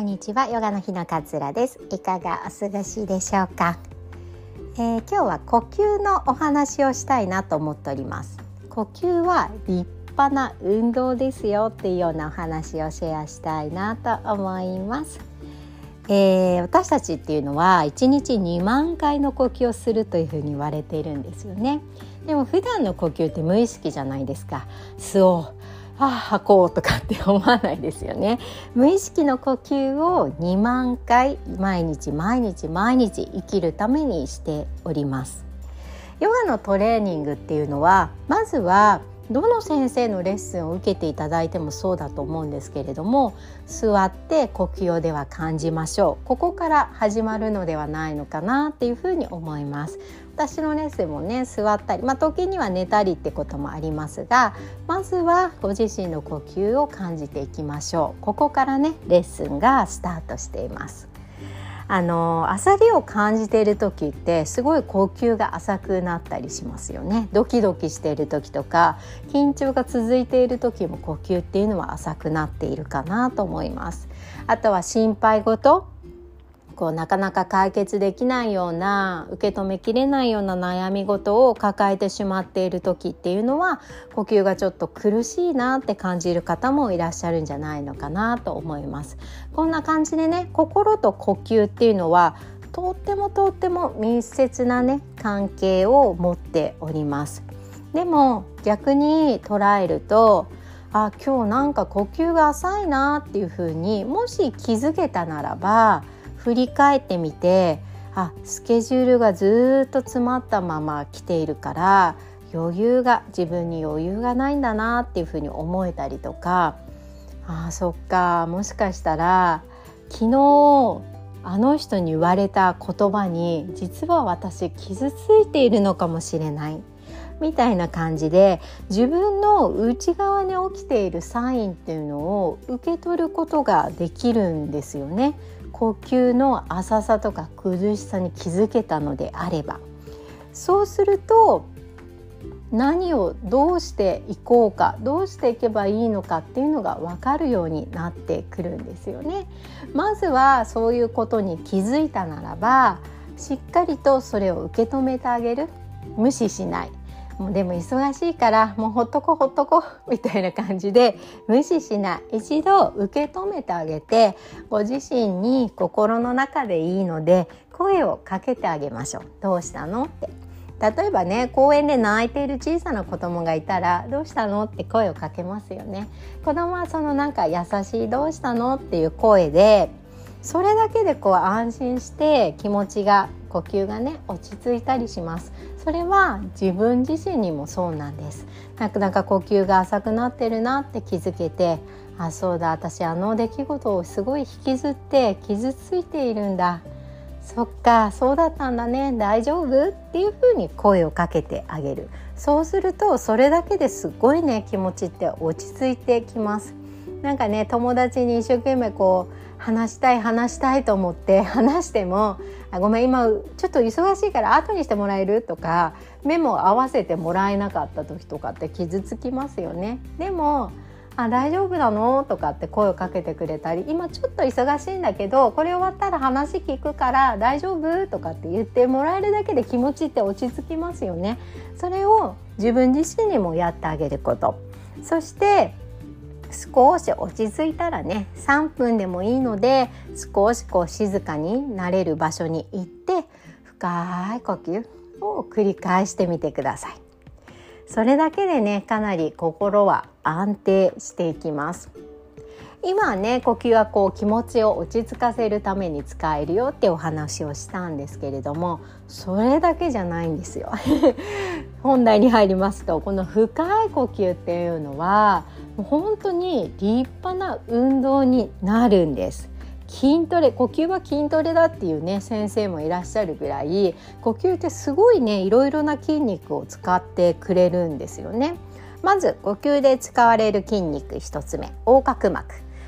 んにちは。ヨガの日の勝浦です。いかがお過ごしでしょうか。今日は呼吸のお話をしたいなと思っております。呼吸は立派な運動ですよっていうようなお話をシェアしたいなと思います。私たちっていうのは1日2万回の呼吸をするというふうに言われているんですよね。でも普段の呼吸って無意識じゃないですか。吸おう、吐こうとかって思わないですよね。無意識の呼吸を2万回毎日生きるためにしております。ヨガのトレーニングっていうのは、まずはどの先生のレッスンを受けていただいてもそうだと思うんですけれども、座って呼吸をでは感じましょう。ここから始まるのではないのかなっていうふうに思います。私のレッスンもね、座ったり、時には寝たりってこともありますが、まずはご自身の呼吸を感じていきましょう。ここからね、レッスンがスタートしています。焦りを感じている時ってすごい呼吸が浅くなったりしますよね。ドキドキしている時とか緊張が続いている時も呼吸っていうのは浅くなっているかなと思います。あとは心配事、なかなか解決できないような、受け止めきれないような悩み事を抱えてしまっている時っていうのは、呼吸がちょっと苦しいなって感じる方もいらっしゃるんじゃないのかなと思います。こんな感じでね、心と呼吸っていうのはとっても密接なね、関係を持っております。でも逆に捉えると、今日なんか呼吸が浅いなっていうふうにもし気づけたならば、振り返ってみて、スケジュールがずっと詰まったまま来ているから自分に余裕がないんだなっていうふうに思えたりとか、そっか、もしかしたら昨日あの人に言われた言葉に実は私傷ついているのかもしれないみたいな感じで、自分の内側に起きているサインっていうのを受け取ることができるんですよね。呼吸の浅さとか苦しさに気づけたのであれば、そうすると何をどうしていこうか、どうしていけばいいのかっていうのが分かるようになってくるんですよね。まずはそういうことに気づいたならば、しっかりとそれを受け止めてあげる。無視しない。でも忙しいからもうほっとこみたいな感じで無視しない。一度受け止めてあげて、ご自身に心の中でいいので声をかけてあげましょう。どうしたのって。例えばね、公園で泣いている小さな子供がいたら、どうしたのって声をかけますよね。子供はその優しいどうしたのっていう声で、それだけで安心して呼吸がね、落ち着いたりします。それは自分自身にもそうなんです。なかなか呼吸が浅くなってるなって気づけて、そうだ、私あの出来事をすごい引きずって傷ついているんだ、そっか、そうだったんだね、大丈夫っていう風に声をかけてあげる。そうするとそれだけですごいね、気持ちって落ち着いてきます。友達に一生懸命話したいと思って話しても、ごめん今ちょっと忙しいから後にしてもらえるとか、目も合わせてもらえなかった時とかって傷つきますよね。でも大丈夫なのとかって声をかけてくれたり、今ちょっと忙しいんだけどこれ終わったら話聞くから大丈夫とかって言ってもらえるだけで気持ちって落ち着きますよね。それを自分自身にもやってあげること。そして少し落ち着いたらね、3分でもいいので少し静かになれる場所に行って深い呼吸を繰り返してみてください。それだけでね、かなり心は安定していきます。今はね、呼吸は気持ちを落ち着かせるために使えるよってお話をしたんですけれども、それだけじゃないんですよ本題に入りますと、この深い呼吸っていうのは本当に立派な運動になるんです。呼吸は筋トレだっていうね、先生もいらっしゃるぐらい、呼吸ってすごいね、いろいろな筋肉を使ってくれるんですよね。まず呼吸で使われる筋肉、一つ目、横隔膜。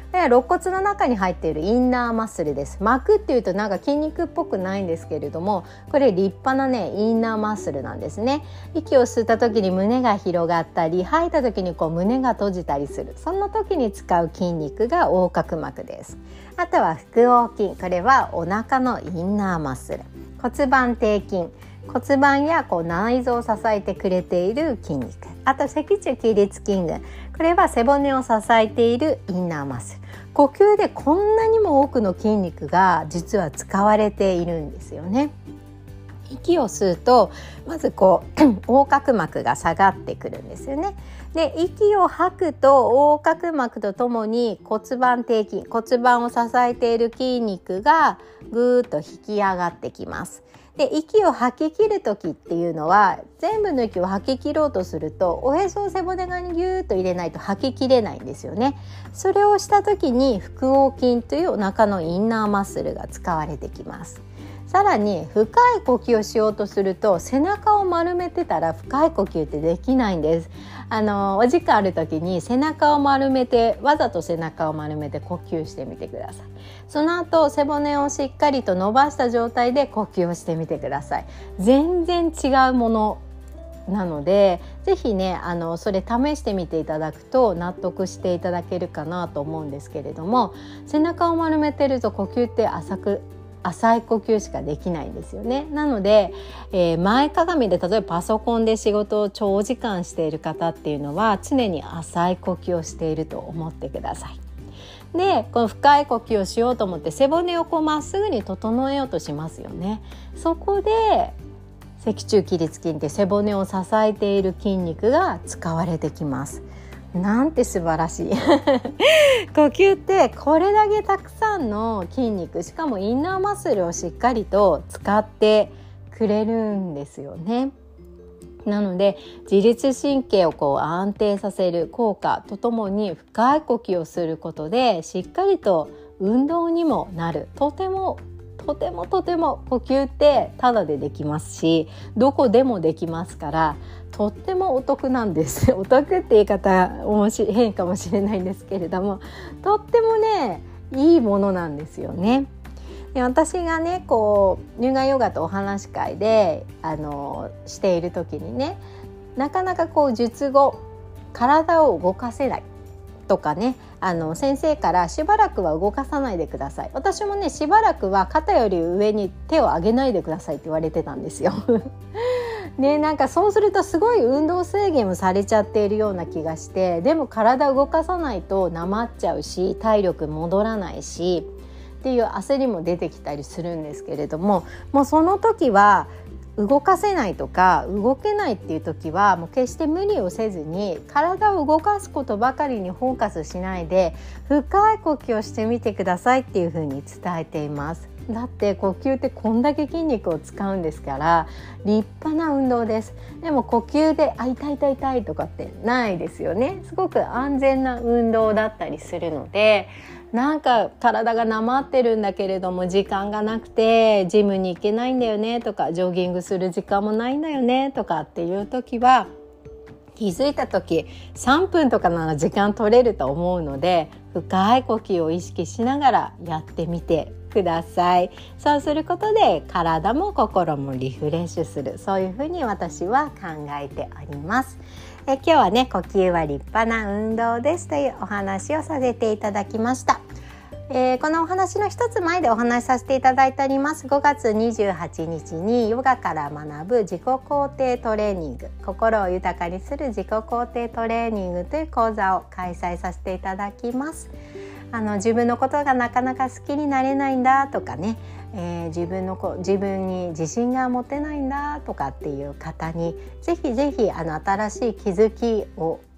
で肋骨の中に入っているインナーマッスルです。膜っていうとなんか筋肉っぽくないんですけれども、これ立派なねインナーマッスルなんですね。息を吸った時に胸が広がったり、吐いた時にこう胸が閉じたりする、そんな時に使う筋肉が横隔膜です。あとは腹横筋、これはお腹のインナーマッスル。骨盤底筋、骨盤やこう内臓を支えてくれている筋肉。あと脊柱起立筋群、これは背骨を支えているインナーマッスル。呼吸でこんなにも多くの筋肉が実は使われているんですよね。息を吸うとまずこう横隔膜が下がってくるんですよね。で息を吐くと横隔膜とともに骨盤底筋、骨盤を支えている筋肉がぐーっと引き上がってきます。で息を吐き切る時っていうのは、全部の息を吐き切ろうとするとおへそを背骨側にギューッと入れないと吐き切れないんですよね。それをした時に腹横筋というお腹のインナーマッスルが使われてきます。さらに深い呼吸をしようとすると、背中を丸めてたら深い呼吸ってできないんです。お時間ある時に背中を丸めて、わざと背中を丸めて呼吸してみてください。その後背骨をしっかりと伸ばした状態で呼吸をしてみてください。全然違うものなので、ぜひねそれ試してみていただくと納得していただけるかなと思うんですけれども、背中を丸めてると呼吸って浅い呼吸しかできないんですよね。なので、前かがみで例えばパソコンで仕事を長時間している方っていうのは常に浅い呼吸をしていると思ってください。でこの深い呼吸をしようと思って背骨をこうまっすぐに整えようとしますよね。そこで脊柱起立筋って背骨を支えている筋肉が使われてきます。なんて素晴らしい呼吸ってこれだけたくさんの筋肉、しかもインナーマッスルをしっかりと使ってくれるんですよね。なので自律神経をこう安定させる効果とともに深い呼吸をすることでしっかりと運動にもなる。とても呼吸ってタダでできますし、どこでもできますから、とってもお得なんですお得って言い方変かもしれないんですけれども、とってもねいいものなんですよね。で私がねこう乳がんヨガとお話し会でしている時にね、なかなかこう術後体を動かせないとかね、先生からしばらくは動かさないでください。私もねしばらくは肩より上に手を上げないでくださいって言われてたんですよね、なんかそうするとすごい運動制限をされちゃっているような気がして、でも体を動かさないとなまっちゃうし体力戻らないしっていう焦りも出てきたりするんですけれども、もうその時は動かせないとか動けないっていう時はもう決して無理をせずに体を動かすことばかりにフォーカスしないで深い呼吸をしてみてくださいっていうふうに伝えています。だって呼吸ってこんだけ筋肉を使うんですから立派な運動です。でも呼吸で痛いとかってないですよね。すごく安全な運動だったりするので、なんか体がなまってるんだけれども時間がなくてジムに行けないんだよねとか、ジョギングする時間もないんだよねとかっていう時は、気づいた時3分とかなら時間取れると思うので、深い呼吸を意識しながらやってみてください。そうすることで体も心もリフレッシュする、そういうふうに私は考えております。今日はね呼吸は立派な運動ですというお話をさせていただきました。このお話の一つ前でお話しさせていただいております5月28日にヨガから学ぶ自己肯定トレーニング、心を豊かにする自己肯定トレーニングという講座を開催させていただきます。自分のことがなかなか好きになれないんだとかね、自分に自信が持てないんだとかっていう方にぜひ新しい気づき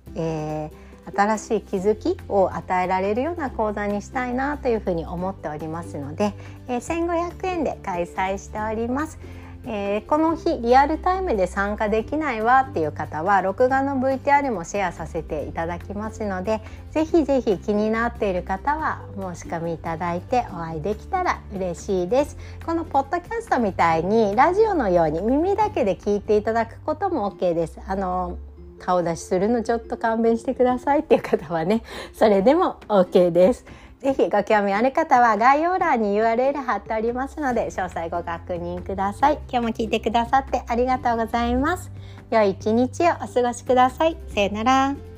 を与えられるような講座にしたいなというふうに思っておりますので、1500円で開催しております。この日リアルタイムで参加できないわっていう方は録画の VTR もシェアさせていただきますので、ぜひ気になっている方は申し込みいただいてお会いできたら嬉しいです。このポッドキャストみたいにラジオのように耳だけで聞いていただくことも OK です。顔出しするのちょっと勘弁してくださいっていう方はね、それでも OK です。 ぜひご興味ある方は概要欄に URL 貼っておりますので詳細ご確認ください。今日も聞いてくださってありがとうございます。良い一日をお過ごしください。さよなら。